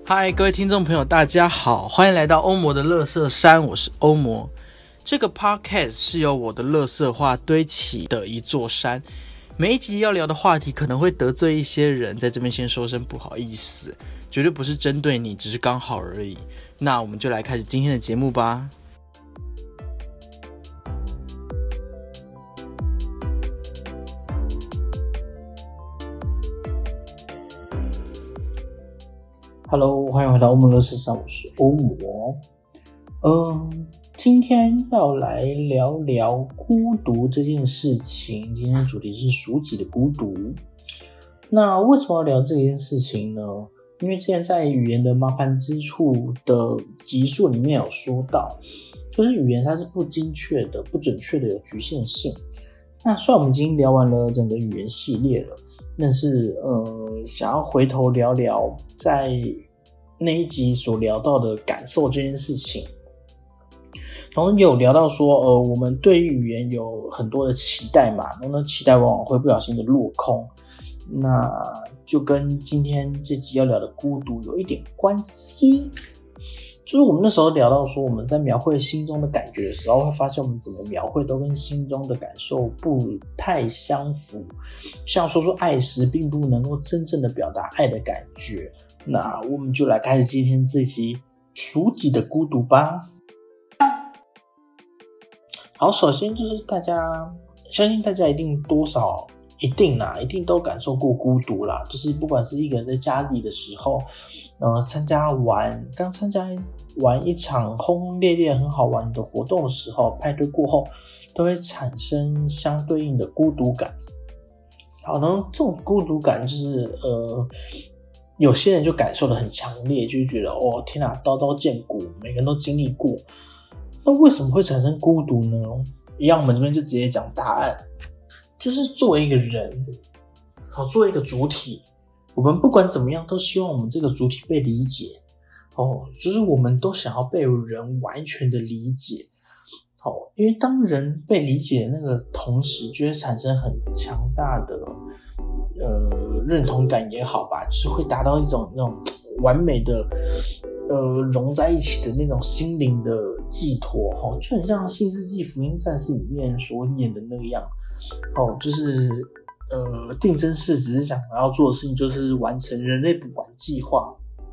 嗨，各位听众朋友，大家好，欢迎来到欧摩的垃圾山，我是欧摩。这个 podcast 是由我的垃圾话堆起的一座山，每一集要聊的话题可能会得罪一些人，在这边先说声不好意思，绝对不是针对你，只是刚好而已。那我们就来开始今天的节目吧。Hello， 欢迎回到欧摩垃圾山，我是欧摩。今天要来聊聊孤独这件事情。今天的主题是属己的孤独。那为什么要聊这件事情呢？因为之前在语言的麻烦之处的集数里面有说到，就是语言它是不精确的、不准确的，有局限性。那虽然我们已经聊完了整个语言系列了，但是想要回头聊聊在那一集所聊到的感受这件事情。然后有聊到说我们对于语言有很多的期待嘛，然后呢期待往往会不小心的落空，那就跟今天这集要聊的孤独有一点关系。就是我们那时候聊到说，我们在描绘心中的感觉的时候，会发现我们怎么描绘都跟心中的感受不太相符。像说爱时并不能够真正的表达爱的感觉。那我们就来开始今天这集属己的孤独吧。好，首先就是相信大家一定都感受过孤独啦，就是不管是一个人在家里的时候，刚参加完一场轰轰烈烈很好玩的活动的时候，派对过后都会产生相对应的孤独感。好，然后这种孤独感就是有些人就感受得很强烈，就觉得天哪，刀刀见骨，每个人都经历过。那为什么会产生孤独呢？一样，我们这边就直接讲答案，就是作为一个人，作为一个主体，我们不管怎么样都希望我们这个主体被理解，就是我们都想要被人完全的理解，因为当人被理解的那个同时，就会产生很强大的认同感也好吧，就是会达到一种那种完美的融在一起的那种心灵的寄托，就很像《新世纪福音战士》里面所演的那样，就是定真寺只是想要做的事情就是完成人类补完计划，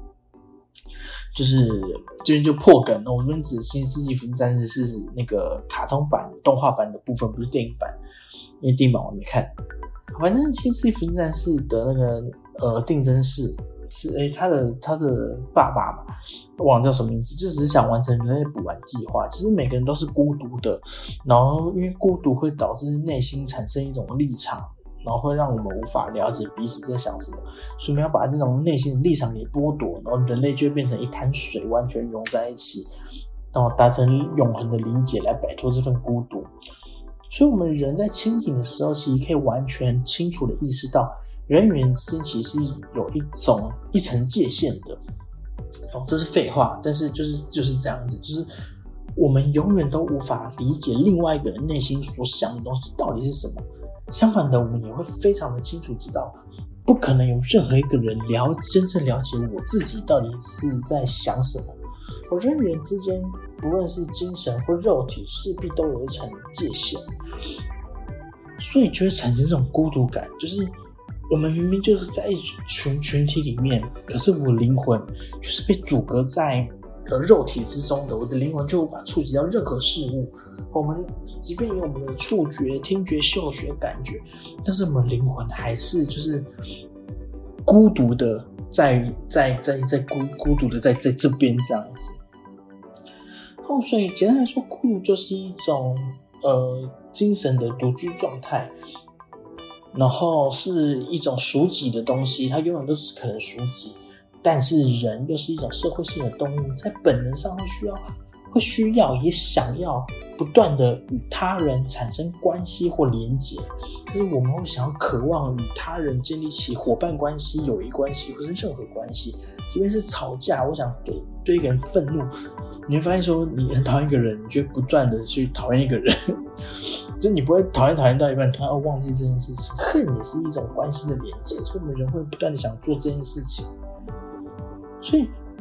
就是这边就破梗了。我这边指《新世纪福音战士》是那个卡通版动画版的部分，不是电影版，因为电影版我还没看。反正《新世纪福音战士》的那个定真寺是他的爸爸嘛，忘了叫什么名字，就只是想完成人类补完计划，就是每个人都是孤独的，然后因为孤独会导致内心产生一种立场，然后会让我们无法了解彼此在想什么，所以我们要把这种内心的立场给剥夺，然后人类就会变成一滩水，完全融在一起，然后达成永恒的理解来摆脱这份孤独。所以我们人在清醒的时候，其实可以完全清楚的意识到人与人之间其实有一层界限的，这是废话，但是就是这样子，就是我们永远都无法理解另外一个人内心所想的东西到底是什么。相反的，我们也会非常的清楚知道，不可能有任何一个人真正了解我自己到底是在想什么。人与人之间，不论是精神或肉体，势必都有一层界限，所以就会产生这种孤独感，就是我们明明就是在一群体里面，可是我灵魂就是被阻隔在肉体之中的，我的灵魂就无法触及到任何事物。我们即便有我们的触觉、听觉、嗅觉、感觉，但是我们灵魂还是就是孤独的在孤独的在这边这样子。所以简单来说，孤独就是一种精神的独居状态。然后是一种属己的东西，它永远都是可能属己，但是人又是一种社会性的动物，在本能上会需要也想要不断的与他人产生关系或连结，就是我们会想要渴望与他人建立起伙伴关系、友谊关系或是任何关系，即便是吵架，我想对一个人愤怒，你会发现说你很讨厌一个人，你就会不断的去讨厌一个人就你不会讨厌到一半突然忘记这件事情。恨也是一种关系的连接，所以我们人会不断的想做这件事情。所以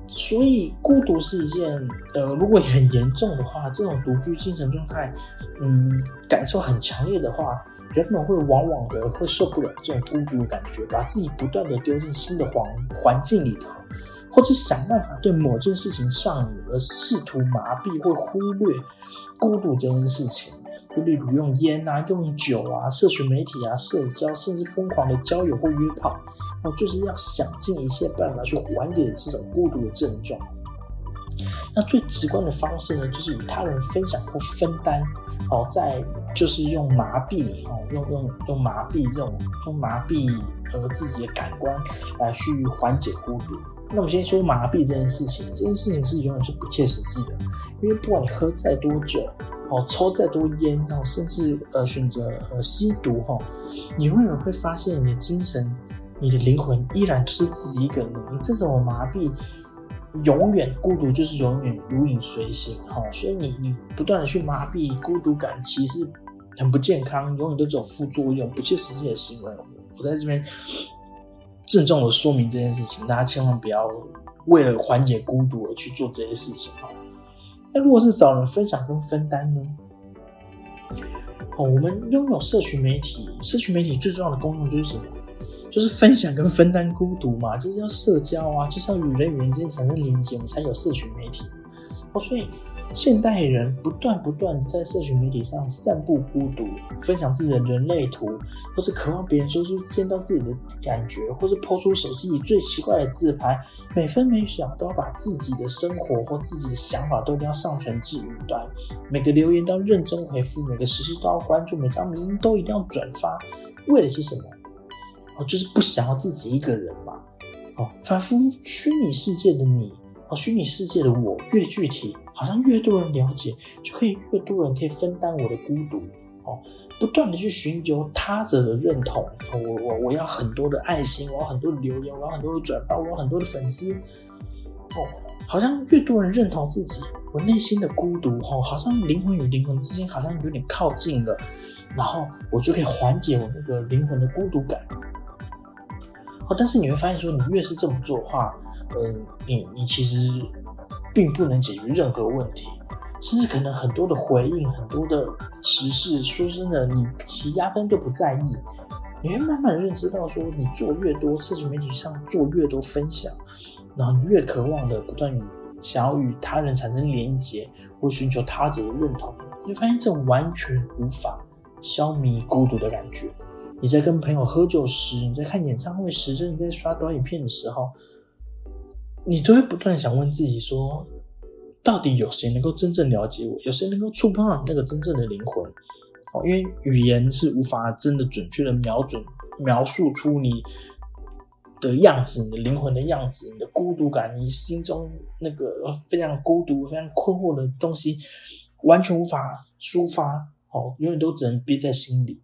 所以孤独是一件如果很严重的话，这种独居精神状态感受很强烈的话，人们往往的会受不了这种孤独的感觉，把自己不断的丢进新的环境里头，或者想办法对某件事情上瘾，而试图麻痹或忽略孤独这件事情。就例如用烟啊、用酒啊、社群媒体啊、社交，甚至疯狂的交友或约炮，就是要想尽一切办法去缓解这种孤独的症状。那最直观的方式呢，就是与他人分享或分担，再就是用麻痹，用麻痹自己的感官来去缓解孤独。那我们先说麻痹这件事情，这件事情是永远是不切实际的，因为不管你喝再多酒，抽再多烟，甚至选择吸毒，你永远会发现你的精神、你的灵魂依然都是自己一个人。你这种麻痹，永远孤独就是永远如影随形，所以你不断的去麻痹孤独感，其实很不健康，永远都只有副作用，不切实际的行为。我在这边郑重的说明这件事情，大家千万不要为了缓解孤独而去做这些事情。那如果是找人分享跟分担呢？我们拥有社群媒体，社群媒体最重要的功用就是什么？就是分享跟分担孤独嘛，就是要社交啊，就是要与人与人之间产生连结，我们才有社群媒体。所以现代人不断在社群媒体上散布孤独，分享自己的人类图，或是渴望别人说出见到自己的感觉，或是 po 出手机里最奇怪的自拍，每分每秒都要把自己的生活或自己的想法都一定要上传至云端，每个留言都要认真回复，每个时事都要关注，每张名都一定要转发，为的是什么？就是不想要自己一个人嘛。仿佛虚拟世界的你，虚拟世界的我越具体，好像越多人了解，就可以越多人可以分担我的孤独。不断的去寻求他者的认同，我要很多的爱心，我要很多的留言，我要很多的转发，我要很多的粉丝。好像越多人认同自己，我内心的孤独，好像灵魂与灵魂之间好像有点靠近了，然后我就可以缓解我那个灵魂的孤独感。但是你会发现说，你越是这么做的话，你其实并不能解决任何问题，甚至可能很多的回应，很多的时事，说真的，你其实压根就不在意。你会慢慢的认知到说，你做越多，社群媒体上做越多分享，然后你越渴望的不断想要与他人产生连结，或寻求他者的认同，你会发现这完全无法消弭孤独的感觉。你在跟朋友喝酒时，你在看演唱会时，甚至你在刷短影片的时候，你都会不断想问自己说，到底有谁能够真正了解我？有谁能够触碰到你那个真正的灵魂？因为语言是无法真的准确的描述出你的样子，你的灵魂的样子，你的孤独感，你心中那个非常孤独、非常困惑的东西，完全无法抒发，永远都只能憋在心里。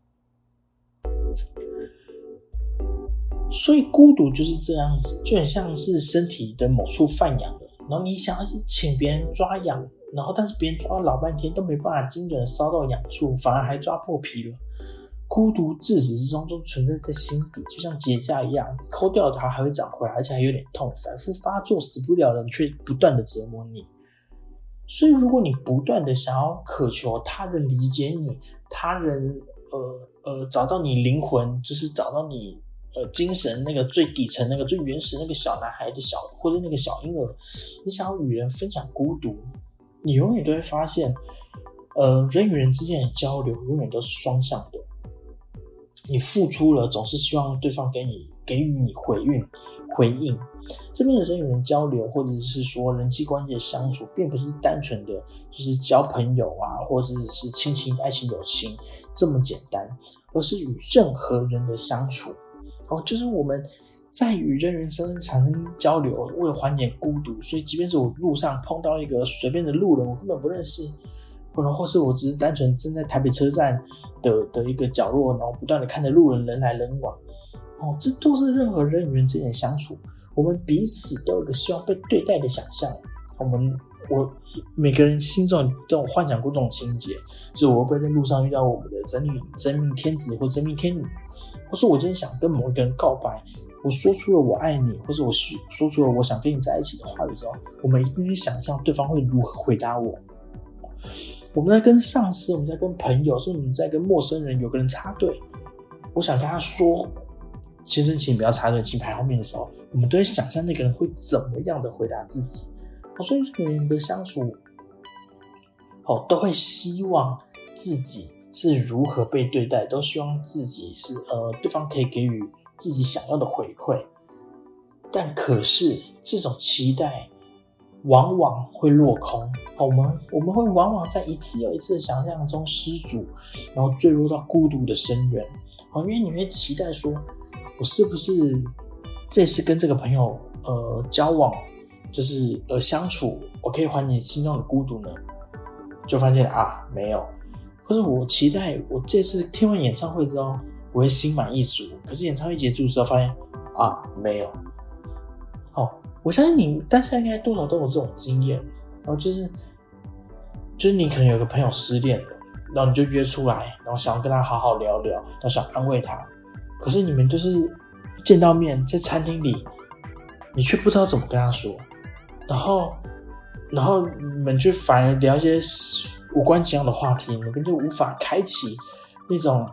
所以孤独就是这样子，就很像是身体的某处犯痒了，然后你想要请别人抓痒，然后但是别人抓了老半天都没办法精准的烧到痒处，反而还抓破皮了。孤独自始至终都存在在心底，就像结痂一样，抠掉它还会长回来，而且还有点痛，反复发作，死不了人却不断的折磨你。所以如果你不断的想要渴求他人理解你，他人找到你灵魂，就是找到你精神那个最底层那个最原始那个小男孩的或者那个小婴儿，你想要与人分享孤独，你永远都会发现人与人之间的交流永远都是双向的。你付出了，总是希望对方给予你回应。这边的人与人交流，或者是说人际关系的相处，并不是单纯的就是交朋友啊，或者是亲情、爱情、友情这么简单，而是与任何人的相处。就是我们在与人与人之间产生交流，为了缓解孤独，所以即便是我路上碰到一个随便的路人，我根本不认识，或是我只是单纯站在台北车站的一个角落，然后不断的看着路人人来人往，这都是任何人与人之间的相处。我们彼此都有一个希望被对待的想象，我每个人心中都有幻想过这种情节，就是我会不会在路上遇到我们的真命天子或真命天女，或是我今天想跟某一个人告白， 我说出了我爱你，或者我说出了我想跟你在一起的话语之后，我们一定会想象对方会如何回答我。我们在跟上司，我们在跟朋友，甚至我们在跟陌生人，有个人插队，我想跟他说先生请不要插队，请排后面的时候，我们都会想象那个人会怎么样的回答自己。所以人的相处都会希望自己是如何被对待，都希望自己是对方可以给予自己想要的回馈。但可是这种期待往往会落空，我们会往往在一次又一次的想象中失足，然后坠落到孤独的深渊。因为你会期待说，我是不是这次跟这个朋友交往，就是相处，我可以缓解心中的孤独呢？就发现没有。或者我期待我这次听完演唱会之后，我会心满意足，可是演唱会结束之后发现没有。我相信你大家应该多少都有这种经验，然后就是你可能有个朋友失恋了，然后你就约出来，然后想要跟他好好聊聊，然后想安慰他，可是你们就是见到面在餐厅里，你却不知道怎么跟他说，然后你们就反而聊一些无关紧要的话题，你们就无法开启那种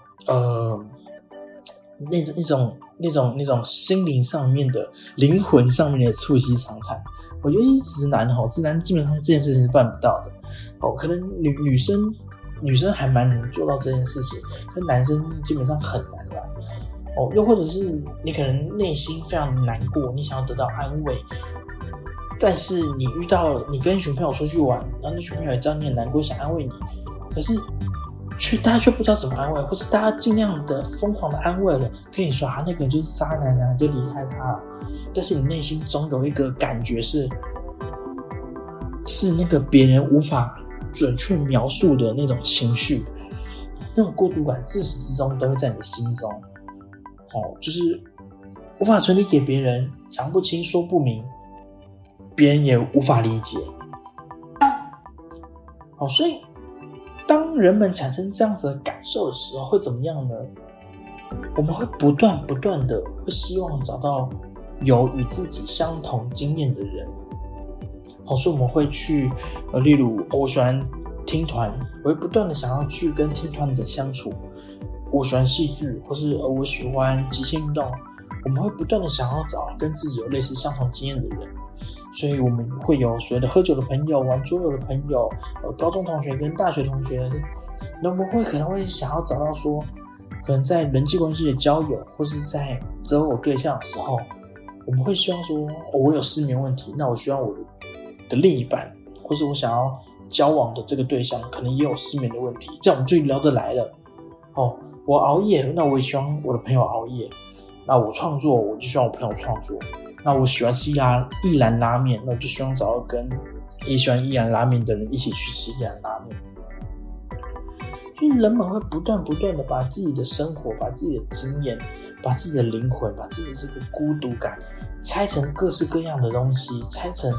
那种心灵上面的灵魂上面的促膝长谈。我觉得是直男基本上这件事情是办不到的。可能女生还蛮能做到这件事情，跟男生基本上很难啦。又或者是你可能内心非常难过，你想要得到安慰，但是你跟一群朋友出去玩，然后那群朋友也知道你很难过，想安慰你，可是大家却不知道怎么安慰，或是大家尽量的疯狂的安慰了，跟你说那个人就是渣男就离开他了。但是你内心总有一个感觉是那个别人无法准确描述的那种情绪，那种孤独感自始至终都会在你的心中，就是无法传递给别人，讲不清说不明，别人也无法理解。所以当人们产生这样子的感受的时候，会怎么样呢？我们会不断的会希望找到有与自己相同经验的人。所以我们会去例如我喜欢听团，我会不断的想要去跟听团的相处。我喜欢戏剧，或是我喜欢极限运动，我们会不断的想要找跟自己有类似相同经验的人。所以我们会有所谓的喝酒的朋友，玩桌游的朋友，高中同学跟大学同学。那我们可能会想要找到说，可能在人际关系的交友，或是在择偶对象的时候，我们会希望说，我有失眠问题，那我希望我的另一半，或是我想要交往的这个对象，可能也有失眠的问题，这样我们就聊得来了。我熬夜，那我也希望我的朋友熬夜。那我创作，我就希望我朋友创作。那我喜欢吃一兰拉面，那我就希望找到跟也喜欢一兰拉面的人一起去吃一兰拉面。就是人们会不断的把自己的生活，把自己的经验，把自己的灵魂，把自己的这个孤独感拆成各式各样的东西，拆成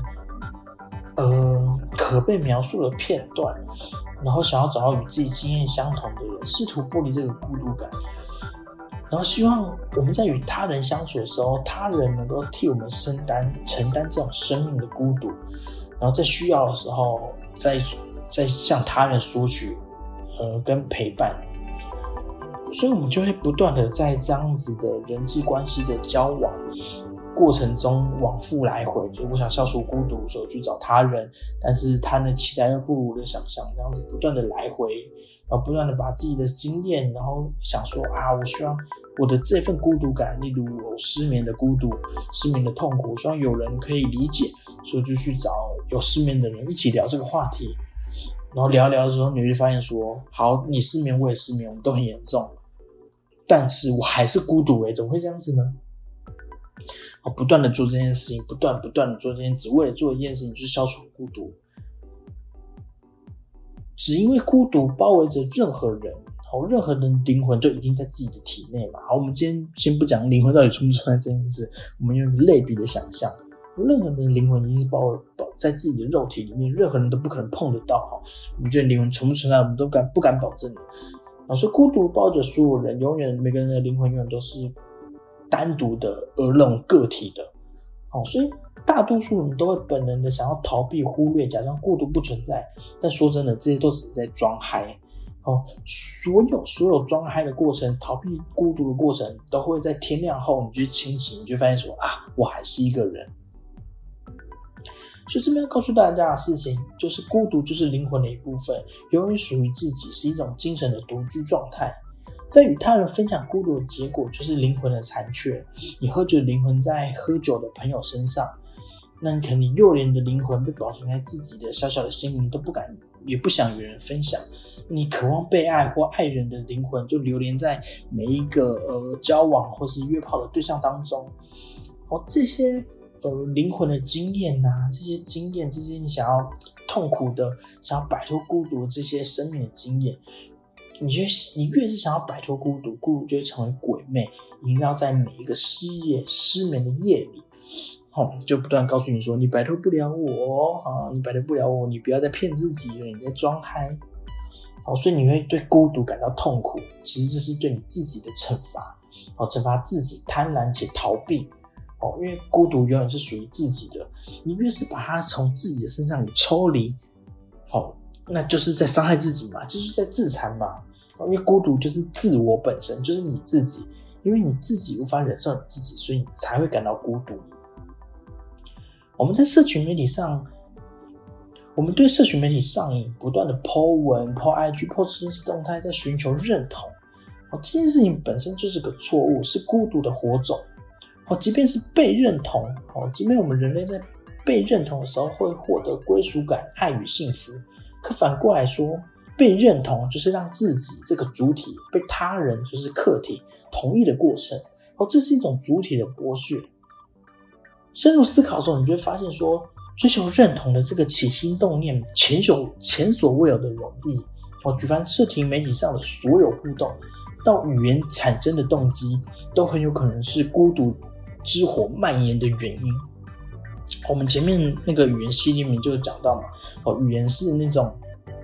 可被描述的片段，然后想要找到与自己经验相同的人，试图剥离这个孤独感，然后希望我们在与他人相处的时候，他人能够替我们承担这种生命的孤独，然后在需要的时候再向他人索取跟陪伴。所以我们就会不断的在这样子的人际关系的交往过程中往复来回，就我想消除孤独，所以我去找他人，但是他人的期待又不如我的想象，这样子不断的来回，然后不断的把自己的经验，然后想说我希望我的这份孤独感，例如我失眠的孤独，失眠的痛苦，我希望有人可以理解，所以我就去找有失眠的人一起聊这个话题，然后聊的时候，你会发现说，好，你失眠我也失眠，我们都很严重，但是我还是孤独怎么会这样子呢？不断的做这件事情，不断的做这件事，只为了做一件事情，就是消除孤独。只因为孤独包围着任何人，任何人灵魂都一定在自己的体内嘛。好，我们今天先不讲灵魂到底存不存在这件事，我们用一个类比的想象，任何人的灵魂一定是包在自己的肉体里面，任何人都不可能碰得到。我们觉得灵魂存不存在，我们都不敢保证的。所以孤独包着所有人，永远每个人的灵魂永远都是单独的而那种个体的。所以大多数人都会本能的想要逃避、忽略，假装孤独不存在。但说真的，这些都只是在装嗨。所有装嗨的过程，逃避孤独的过程，都会在天亮后你就清醒，你就发现说我还是一个人。所以这边要告诉大家的事情，就是孤独就是灵魂的一部分，永远属于自己，是一种精神的独居状态。在与他人分享孤独的结果，就是灵魂的残缺。你喝酒的灵魂在喝酒的朋友身上，那你可能你幼年的灵魂被保存在自己的小小的心灵，都不敢也不想与人分享。你渴望被爱或爱人的灵魂就流连在每一个交往或是约炮的对象当中。这些灵魂的经验这些经验，这些你想要痛苦的，想要摆脱孤独的这些生命的经验，你越是想要摆脱孤独，孤独就会成为鬼魅，萦绕在每一个失眠的夜里。就不断告诉你说，你摆脱不了我，你摆脱不了我，你不要再骗自己了，你在装嗨。所以你会对孤独感到痛苦，其实这是对你自己的惩罚，惩罚自己贪婪且逃避。因为孤独永远是属于自己的，你越是把它从自己的身上给抽离，那就是在伤害自己嘛，就是在自残嘛。因为孤独就是自我本身，就是你自己，因为你自己无法忍受你自己，所以你才会感到孤独。我们在社群媒体上，我们对社群媒体上瘾，不断的 po 文 po IG po 现实动态，在寻求认同。这件事情本身就是个错误，是孤独的火种。即便是被认同，即便我们人类在被认同的时候会获得归属感、爱与幸福，可反过来说，被认同就是让自己这个主体被他人就是客体同意的过程。这是一种主体的剥削。深入思考之后，你就会发现说，追求认同的这个起心动念，前所未有的容易。举凡社群媒体上的所有互动，到语言产生的动机，都很有可能是孤独之火蔓延的原因。我们前面那个语言系列里面就有讲到嘛，语言是那种，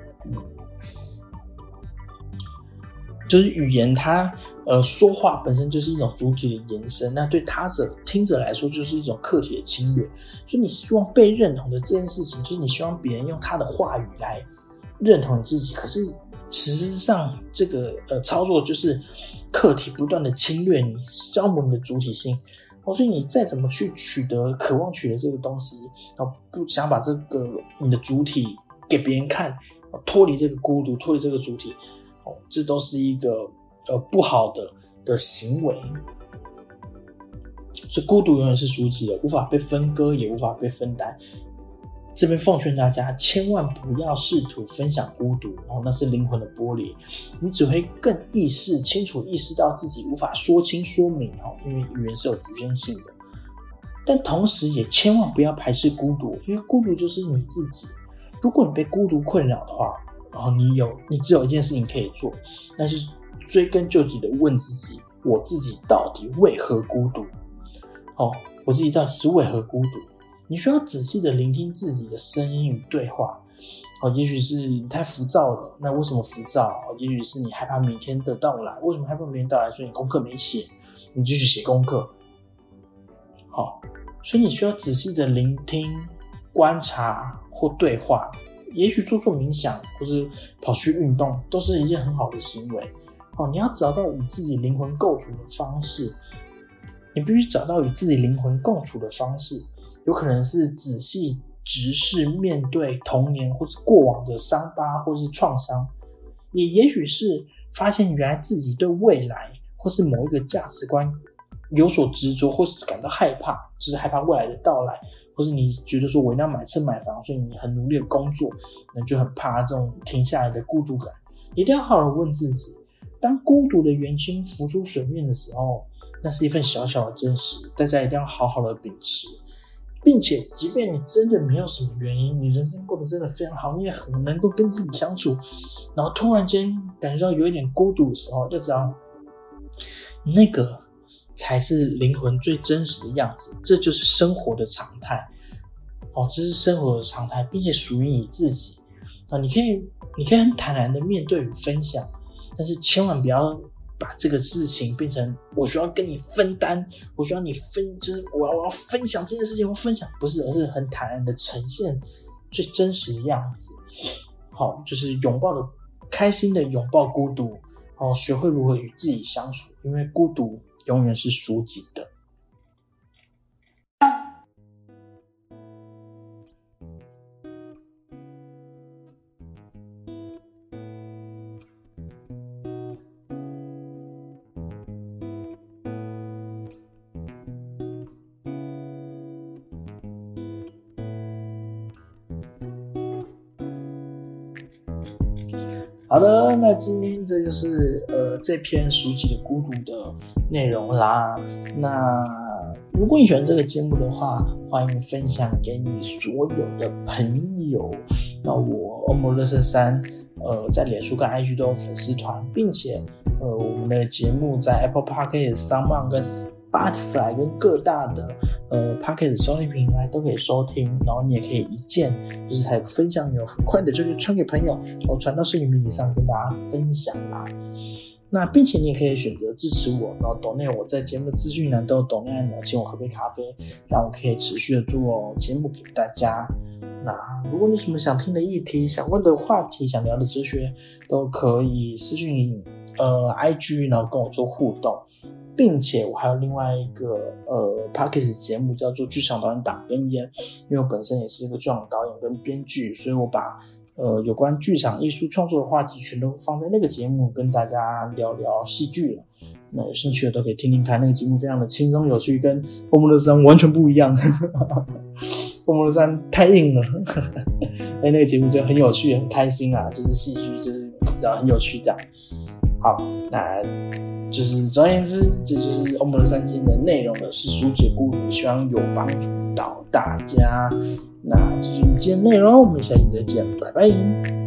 就是语言它说话本身就是一种主体的延伸，那对听者来说就是一种客体的侵略。所以你希望被认同的这件事情，就是你希望别人用他的话语来认同你自己，可是实质上这个操作就是客体不断的侵略你，消磨你的主体性。所以你再怎么去渴望取得这个东西，不想把这个你的主体给别人看，脱离这个孤独，脱离这个主体，这都是一个不好的行为。所以孤独永远是属己的，无法被分割，也无法被分担。这边奉劝大家，千万不要试图分享孤独，那是灵魂的剥离，你只会更清楚意识到自己无法说清说明，因为语言是有局限性的。但同时也千万不要排斥孤独，因为孤独就是你自己。如果你被孤独困扰的话，然后你只有一件事情可以做，那是追根究底的问自己，我自己到底为何孤独？我自己到底是为何孤独？你需要仔细的聆听自己的声音与对话。也许是你太浮躁了，那为什么浮躁？也许是你害怕明天的到来，为什么害怕明天到来？所以你功课没写，你继续写功课。所以你需要仔细的聆听、观察或对话，也许做冥想或是跑去运动，都是一件很好的行为。你要找到与自己灵魂共处的方式，你必须找到与自己灵魂共处的方式。有可能是仔细直视面对童年或是过往的伤疤或是创伤，也许是发现原来自己对未来或是某一个价值观有所执着，或是感到害怕，就是害怕未来的到来，或是你觉得说我一定要买车买房，所以你很努力的工作，那就很怕这种停下来的孤独感。一定要好好问自己，当孤独的原因浮出水面的时候，那是一份小小的真实，大家一定要好好的秉持。并且即便你真的没有什么原因，你人生过得真的非常好，你也很能够跟自己相处，然后突然间感觉到有一点孤独的时候，就知道那个才是灵魂最真实的样子，这就是生活的常态。这是生活的常态，并且属于你自己。你可以很坦然的面对与分享，但是千万不要把这个事情变成我需要跟你分担，我需要你就是我要分享这件事情，我分享不是，而是很坦然的呈现最真实的样子。好，就是开心的拥抱孤独，学会如何与自己相处，因为孤独永远是属己的。好的，那今天这就是这篇属己的孤独的内容啦。那如果你喜欢这个节目的话，欢迎分享给你所有的朋友。那我欧姆乐色3在脸书跟 IG 都有粉丝团，并且我们的节目在 Apple Podcast、SoundOn 跟Spotify 跟各大的Podcast 收听平台都可以收听，然后你也可以一键就是它有个分享钮，很快的就可以传给朋友，传到社群媒体上跟大家分享啦。那并且你也可以选择支持我，然后donate我在节目的资讯栏都有donate按钮，请我喝杯咖啡，让我可以持续的做节目给大家。那如果你有什么想听的议题、想问的话题、想聊的哲学，都可以私讯IG， 然后跟我做互动。并且我还有另外一个Podcast 节目叫做剧场导演党跟烟，因为我本身也是一个剧场导演跟编剧，所以我把有关剧场艺术创作的话题全都放在那个节目跟大家聊聊戏剧了。那有兴趣的都可以听听看，那个节目非常的轻松有趣，跟欧姆乐3完全不一样。欧姆乐3太硬了，那个节目就很有趣很开心啊，就是戏剧就是这样很有趣这样。好，那就是总而言之，这就是欧姆乐3今天的内容了，是属己的孤独，希望有帮助到大家。那这就是今天的内容，我们下期再见，拜拜。